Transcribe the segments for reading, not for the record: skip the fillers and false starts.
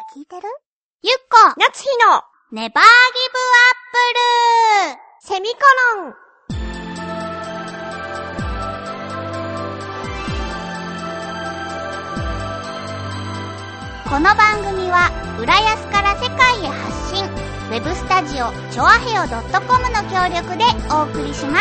聞いてる？ゆっこ夏日のネバーギブアップルセミコロン。 この番組は浦安から世界へ発信、ウェブスタジオチョアヘオ .com の協力でお送りします。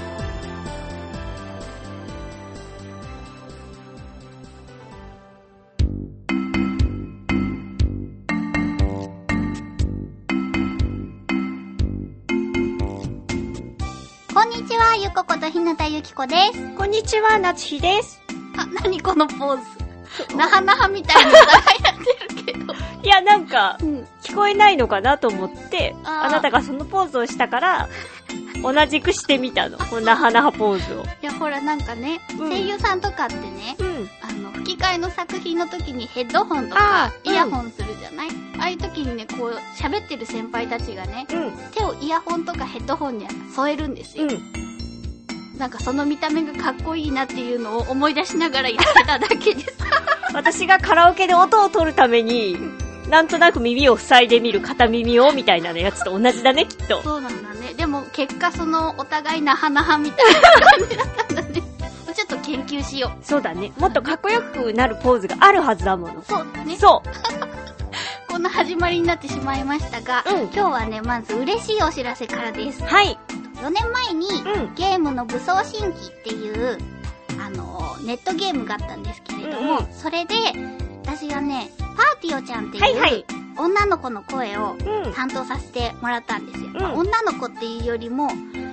こんにちは、ゆこことひなたゆきこです。 こんにちは、夏日です。 あ、なにこのポーズ。なはなはみたいなのがやってるけど。 いや、なんか、聞こえないのかなと思って、あなたがそのポーズをしたから、同じくしてみたの。このなはなはポーズを。 いや、ほら、なんかね、声優さんとかってね、吹き替えの作品の時にヘッドホンとかイヤホンするじゃない？ああいう時にね、こう、喋ってる先輩たちがね、手をイヤホンとかヘッドホンに添えるんですよ。なんかその見た目がかっこいいなっていうのを思い出しながらやってただけです。 私がカラオケで音を取るために、なんとなく耳を塞いでみる片耳をみたいなやつと同じだね、きっと。 そうなんだね。でも結果そのお互いなはなはみたいな感じだったんだね。ちょっと研究しよう。 そうだね。もっとかっこよくなるポーズがあるはずだもの。 そうね。 そう。 こんな始まりになってしまいましたが、今日はね、まず嬉しいお知らせからです。 はい。 4年前に、ゲームの武装神器っていう、ネットゲームがあったんですけれども、それで、私がね、パーティオちゃんっていう、女の子の声を担当させてもらったんですよ。女の子っていうよりも、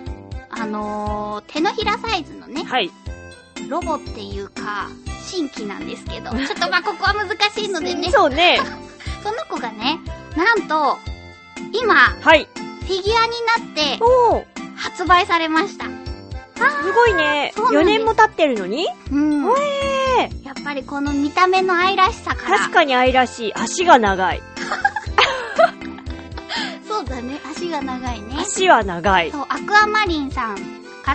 手のひらサイズのね、ロボっていうか、神器なんですけど、ちょっとまあここは難しいのでね。 そうね。 その子がね、なんと、今、フィギュアになって、発売されました。 すごいね。4年も経ってるのに？ やっぱりこの見た目の愛らしさから。 確かに愛らしい。足が長い。 そうだね。足が長いね。 足は長い。 そう、アクアマリンさんから、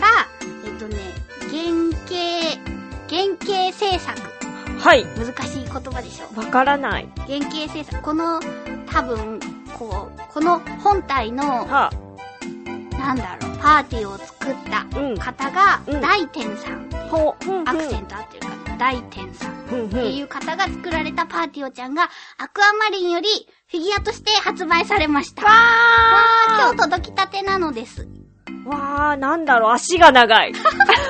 原型制作。 はい。 難しい言葉でしょ。 わからない。 原型制作。この、多分、この本体の、なんだろう、パーティーを作った方が、大天さん。アクセント合ってるかな。大天さん。っていう方が作られたパーティオちゃんが、アクアマリンよりフィギュアとして発売されました。今日届きたてなのです。 なんだろう、足が長い。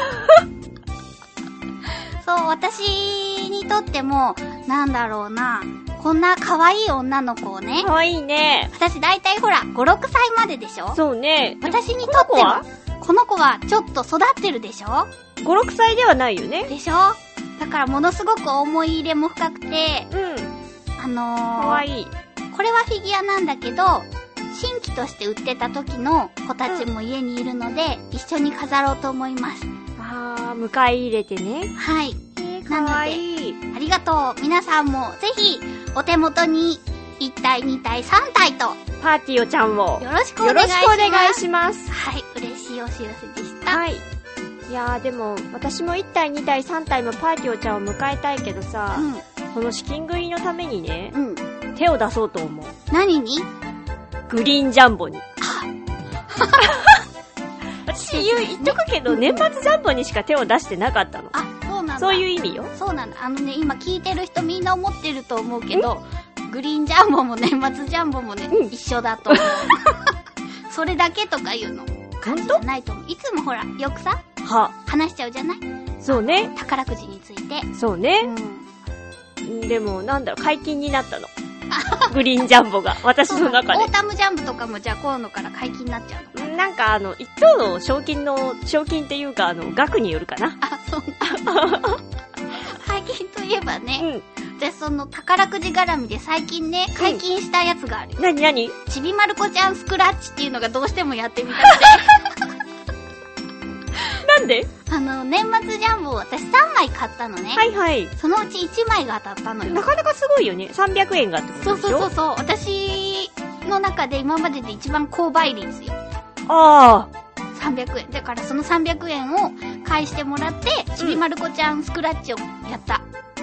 そう、私にとっても、なんだろうな、こんな可愛い女の子をね。 可愛いね。 私だいたいほら、5、6歳まででしょ？ そうね。 私にとっては、この子はちょっと育ってるでしょ？ 5、6歳ではないよね。 でしょ？だからものすごく思い入れも深くて、 可愛い。 これはフィギュアなんだけど、新規として売ってた時の子たちも家にいるので、一緒に飾ろうと思います。 迎え入れてね。 はい。 かわいい。 ありがとう。皆さんもぜひ、お手元に1体、2体、3体と、 パーティオちゃんをよろしくお願いします。 はい、 嬉しいお知らせでした。 はい。いやでも、私も1体、2体、3体のパーティオちゃんを迎えたいけどさ、この資金繰りのためにね、手を出そうと思う。 何に？ グリーンジャンボに。私言っとくけど、年末ジャンボにしか手を出してなかったの。 そうなんだ。 そういう意味よ。 そうなんだ。今聞いてる人みんな思ってると思うけど、グリーンジャンボも年末ジャンボもね、一緒だと思う。それだけとか言うの。感じじゃないと思う。いつもほら、よくさ、話しちゃうじゃない？ そうね。 宝くじについて。 そうね。でも、なんだろう、解禁になったの。グリーンジャンボが、私の中で。 オータムジャンボとかもじゃあ今度から解禁になっちゃうの？ なんか一等の賞金っていうか額によるかな。 そう解禁といえばね、で、その宝くじ絡みで最近ね、解禁したやつがあるよ。 何？ ちびまる子ちゃんスクラッチっていうのがどうしてもやってみたくて。 なんで？ 年末ジャンボを私3枚買ったのね。そのうち1枚が当たったのよ。 なかなかすごいよね。300円がってことでしょ？ そう。私の中で今までで一番高倍率よ。300円。だからその300円を返してもらって、ちびまる子ちゃんスクラッチをやった。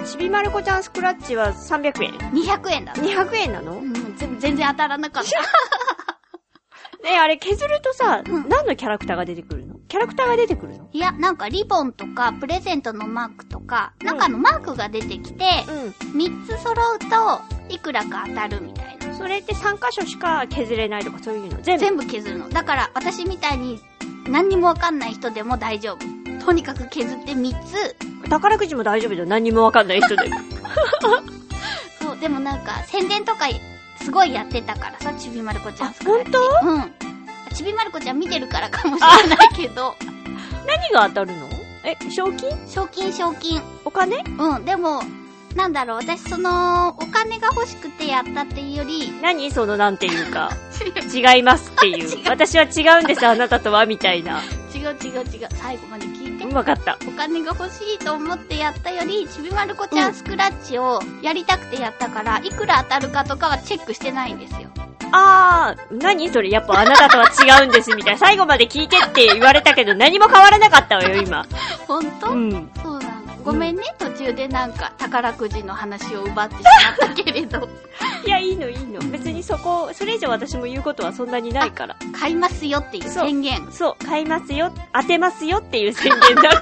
ちびまる子ちゃんスクラッチは300円。 200円だ。 200円なの？ うん、全然当たらなかった。 ね、あれ削るとさ、何のキャラクターが出てくるの？キャラクターが出てくるの？ いや、なんかリボンとかプレゼントのマークとか、なんかマークが出てきて、3つ揃うといくらか当たるみたいな。 それって3箇所しか削れないとかそういうの？ 全部削るの。だから私みたいに何にもわかんない人でも大丈夫。とにかく削って3つ。 宝くじも大丈夫だよ。何にもわかんない人でも。 そう、でもなんか宣伝とかすごいやってたからさ、ちびまる子ちゃん。 あ、ほんと？ うん。ちびまる子ちゃん見てるからかもしれないけど。 何が当たるの？賞金？ 賞金。 お金？ うん、でも、なんだろう、私その、お金が欲しくてやったっていうより。 何そのなんていうか。違いますっていう。私は違うんです、あなたとは、みたいな。 違う。最後まで聞いて。 わかった。 お金が欲しいと思ってやったより、ちびまる子ちゃんスクラッチをやりたくてやったから、いくら当たるかとかはチェックしてないんですよ。 何それ、やっぱあなたとは違うんですみたいな。最後まで聞いてって言われたけど何も変わらなかったわよ、今。 ほんと？うん。そうなんだ。ごめんね、途中でなんか宝くじの話を奪ってしまったけれど。 いや、いいの。別にそれ以上私も言うことはそんなにないから。 買いますよっていう宣言。 そう、買いますよ、当てますよっていう宣言だから。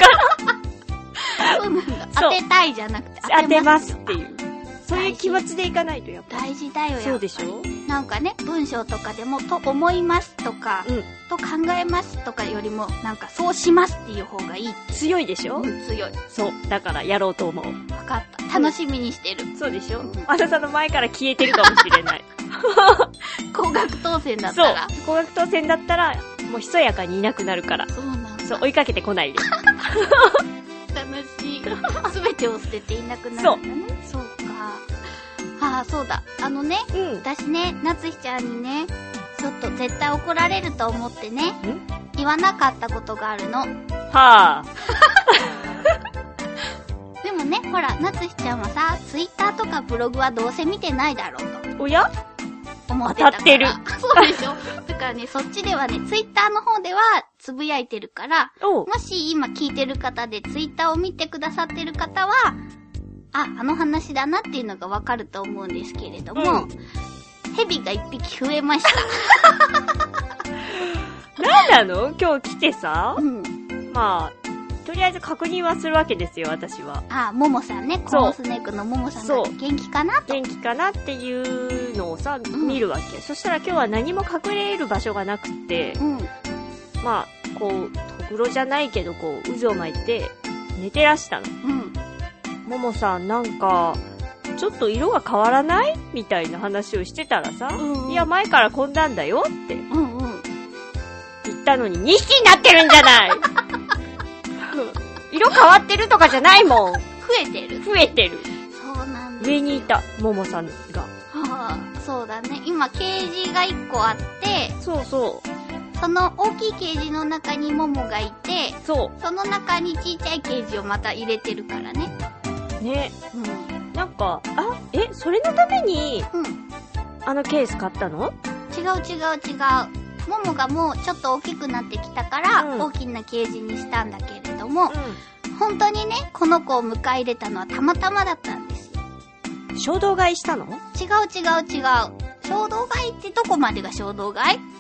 そうなんだ。当てたいじゃなくて当てますっていう。そういう気持ちでいかないとやっぱ大事だよ。 そうでしょ？ なんかね、文章とかでもと思いますとか、と考えますとかよりもなんかそうしますっていう方がいい。 強いでしょ？ 強い。 そう。だからやろうと思う。 わかった。楽しみにしてる。 そうでしょ？あなたの前から消えてるかもしれない。 高額当選だったら。 そう。高額当選だったらもうひそやかにいなくなるから。 そうなんだ。 そう、追いかけてこないで。 楽しい。すべてを捨てていなくなるんだね。そうか。そうだ。私ね、なつひちゃんにね、ちょっと絶対怒られると思ってね、言わなかったことがあるの。でもね、ほら、なつひちゃんはさ、ツイッターとかブログはどうせ見てないだろうと。 おや？ 思ってたから。 当たってる。 そうでしょ？だからね、そっちではね、ツイッターの方ではつぶやいてるから、もし今聞いてる方でツイッターを見てくださってる方は、あの話だなっていうのがわかると思うんですけれども、蛇が一匹増えました。 なんなの？今日来てさ、まあ、とりあえず確認はするわけですよ、私は。 ももさんね、コーンスネークのももさんが元気かなと。 元気かなっていうのをさ、見るわけ。そしたら今日は何も隠れる場所がなくって、まあ、こう、とぐろじゃないけど、こう、渦を巻いて、寝てらしたの。ももさんなんか、ちょっと色が変わらないみたいな話をしてたらさ、いや前からこんなんだよって言ったのに2匹になってるんじゃない色変わってるとかじゃないもん。増えてる。 そうなんだ。 上にいたももさんが。 そうだね。今ケージが1個あって、その大きいケージの中にももがいて、その中にちっちゃいケージをまた入れてるからね。ね。 なんか、それのために、あのケース買ったの？ 違う。ももがもうちょっと大きくなってきたから、大きなケージにしたんだけれども、本当にね、この子を迎え入れたのはたまたまだったんですよ。 衝動買いしたの？ 違う。衝動買いってどこまでが衝動買い？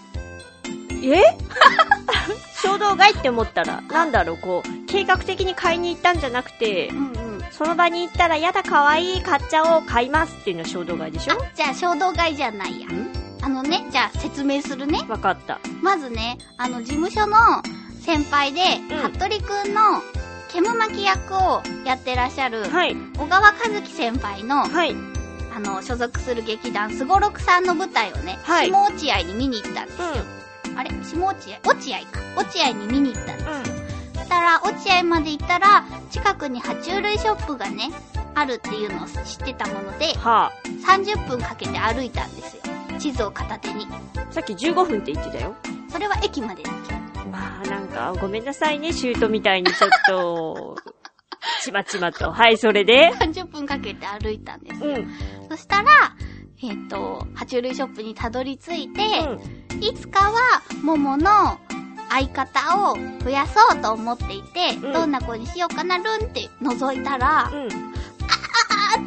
衝動買いって思ったら、なんだろう、こう、計画的に買いに行ったんじゃなくて、その場に行ったら、やだ、かわいい、買っちゃおう、買いますっていうのは衝動買いでしょ？ じゃあ衝動買いじゃないや。じゃあ説明するね。 わかった。 まずね、事務所の先輩で、服部くんの煙巻き役をやってらっしゃる、小川和樹先輩の、所属する劇団すごろくさんの舞台をね、下落合に見に行ったんですよ。あれ？下落合？落合か。落合に見に行ったんですよ。そしたら、落合まで行ったら、近くに爬虫類ショップがね、あるっていうのを知ってたもので、30分かけて歩いたんですよ。地図を片手に。 さっき15分って言ってたよ。 それは駅までだけ。 まあなんか、ごめんなさいね、シュートみたいにちょっと、ちまちまと。それで 30分かけて歩いたんですよ。そしたら、爬虫類ショップにたどり着いて、いつかは、ももの相方を増やそうと思っていて、どんな子にしようかなるんって覗いたら、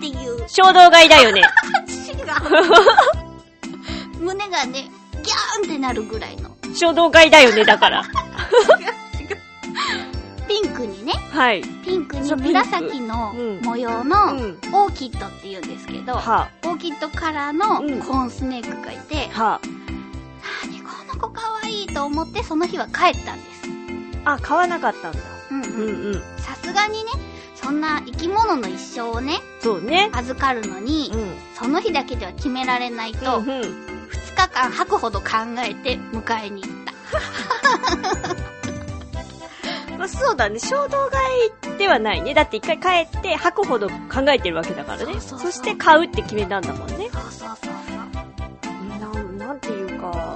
っていう。 衝動買いだよね。 違う。胸がね、ギャーンってなるぐらいの。 衝動買いだよね、だから。違う。 ピンクにね。 はい。 ピンクに紫の模様のオーキッドって言うんですけど、オーキッドカラーのコーンスネークがいて、なにこの子かわいいと思ってその日は帰ったんです。 あ、買わなかったんだ。 さすがにね、そんな生き物の一生をね、 そうね。 預かるのに、その日だけでは決められないと、2日間吐くほど考えて迎えに行った。 まあ、そうだね。衝動買いではないね。だって一回帰って吐くほど考えてるわけだからね。そして買うって決めたんだもんね。なんていうか、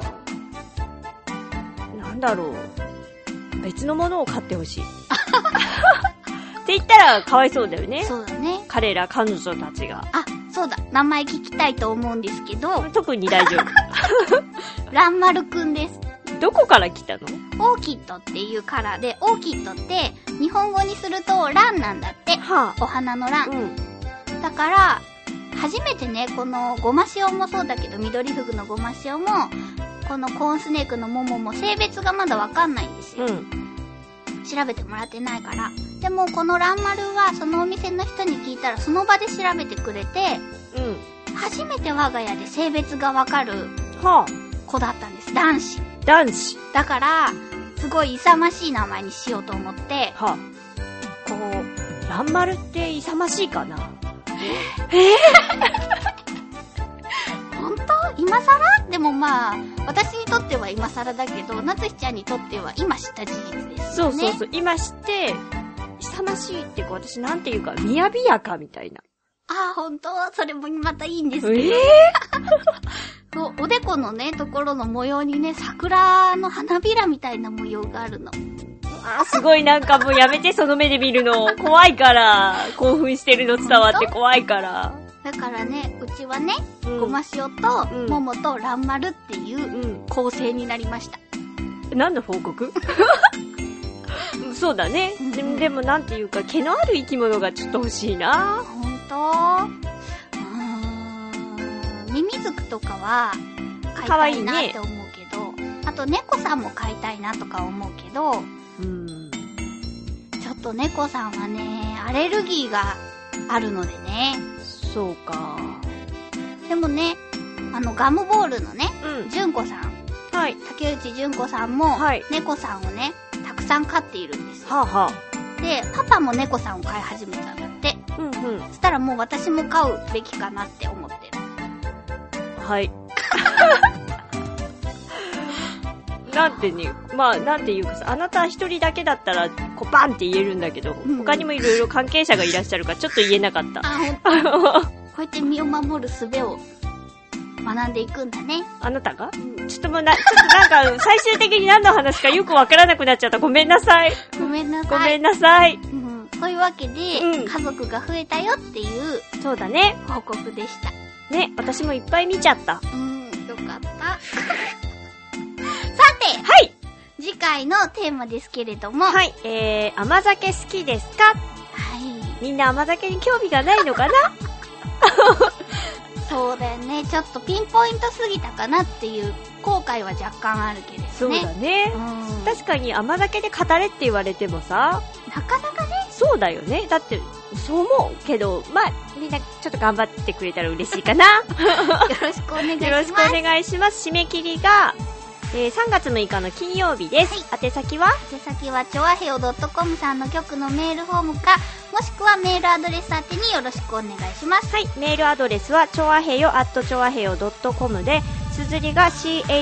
なんだろう。別のものを買ってほしい。って言ったらかわいそうだよね。 そうだね。 彼ら彼女たちが。 あ、そうだ。名前聞きたいと思うんですけど。 特に大丈夫。 ランマルくんです。 どこから来たの？ オーキッドっていうカラーで、オーキッドって日本語にするとランなんだって。お花のラン。だから、初めてね、このゴマシオもそうだけど、緑フグのゴマシオも、このコーンスネークのモモも性別がまだわかんないんですよ。調べてもらってないから。でもこのランマルはそのお店の人に聞いたらその場で調べてくれて、初めて我が家で性別がわかる子だったんです。男子。だから、すごい勇ましい名前にしようと思って、こう、ランマルって勇ましいかな？ 本当？今更？でもまあ、私にとっては今更だけど、なつひちゃんにとっては今知った事実ですよね。 そう。今知って、勇ましいってこう、私なんていうか、みやびやかみたいな。 ああ、本当？それもまたいいんですけど。そう、おでこのね、ところの模様にね、桜の花びらみたいな模様があるの。 あ、すごいなんかもうやめて、その目で見るの。怖いから。興奮してるの伝わって怖いから。 だからね、うちはね、ゴマシオと、モモとランマルっていう構成になりました。 何の報告？そうだね。でもなんていうか、毛のある生き物がちょっと欲しいな。 ほんと？ミミズクとかは飼いたいなって思うけど、あと猫さんも飼いたいなとか思うけど、ちょっと猫さんはね、アレルギーがあるのでね。 そうか。 でもね、ガムボールのね、純子さん。 はい。 竹内純子さんも、猫さんをね、たくさん飼っているんですよ。で、パパも猫さんを飼い始めたんだって。そしたらもう私も飼うべきかなって思ってる。 はい。なんてね、まあ、なんていうかさ、あなた一人だけだったら、こう、バンって言えるんだけど、他にもいろいろ関係者がいらっしゃるからちょっと言えなかった。 あ、ほんと？こうやって身を守る術を学んでいくんだね。 あなたが？ちょっとなんか、最終的に何の話かよくわからなくなっちゃった。ごめんなさい。 ごめんなさい。 というわけで、家族が増えたよっていう、 そうだね。 報告でした。 ね、私もいっぱい見ちゃった。 よかった。さて、 はい。 次回のテーマですけれども、 はい、甘酒好きですか？はい。みんな甘酒に興味がないのかな？ そうだよね。ちょっとピンポイントすぎたかなっていう後悔は若干あるけどね。 そうだね。確かに甘酒で語れって言われてもさ、 なかなかね。 そうだよね。だって、そう思うけど、まあ、みんなちょっと頑張ってくれたら嬉しいかな。よろしくお願いします。 よろしくお願いします。締め切りが、3月6日の金曜日です。宛先はちょわへよ .com さんの局のメールフォームか、もしくはメールアドレス宛てによろしくお願いします。 はい、メールアドレスはちょわへよ@choaheyo.com で、綴りが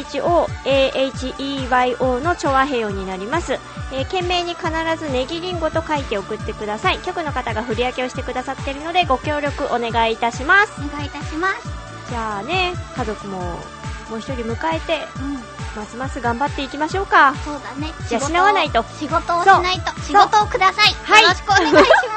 CHOAHEYO のちょわへよになります。件名に必ずネギリンゴと書いて送ってください。局の方が振り分けをしてくださっているのでご協力お願いいたします。 お願いいたします。 じゃあね、家族ももう一人迎えて、ますます頑張っていきましょうか。 そうだね。 養わないと。 仕事をしないと。仕事をください。よろしくお願いします。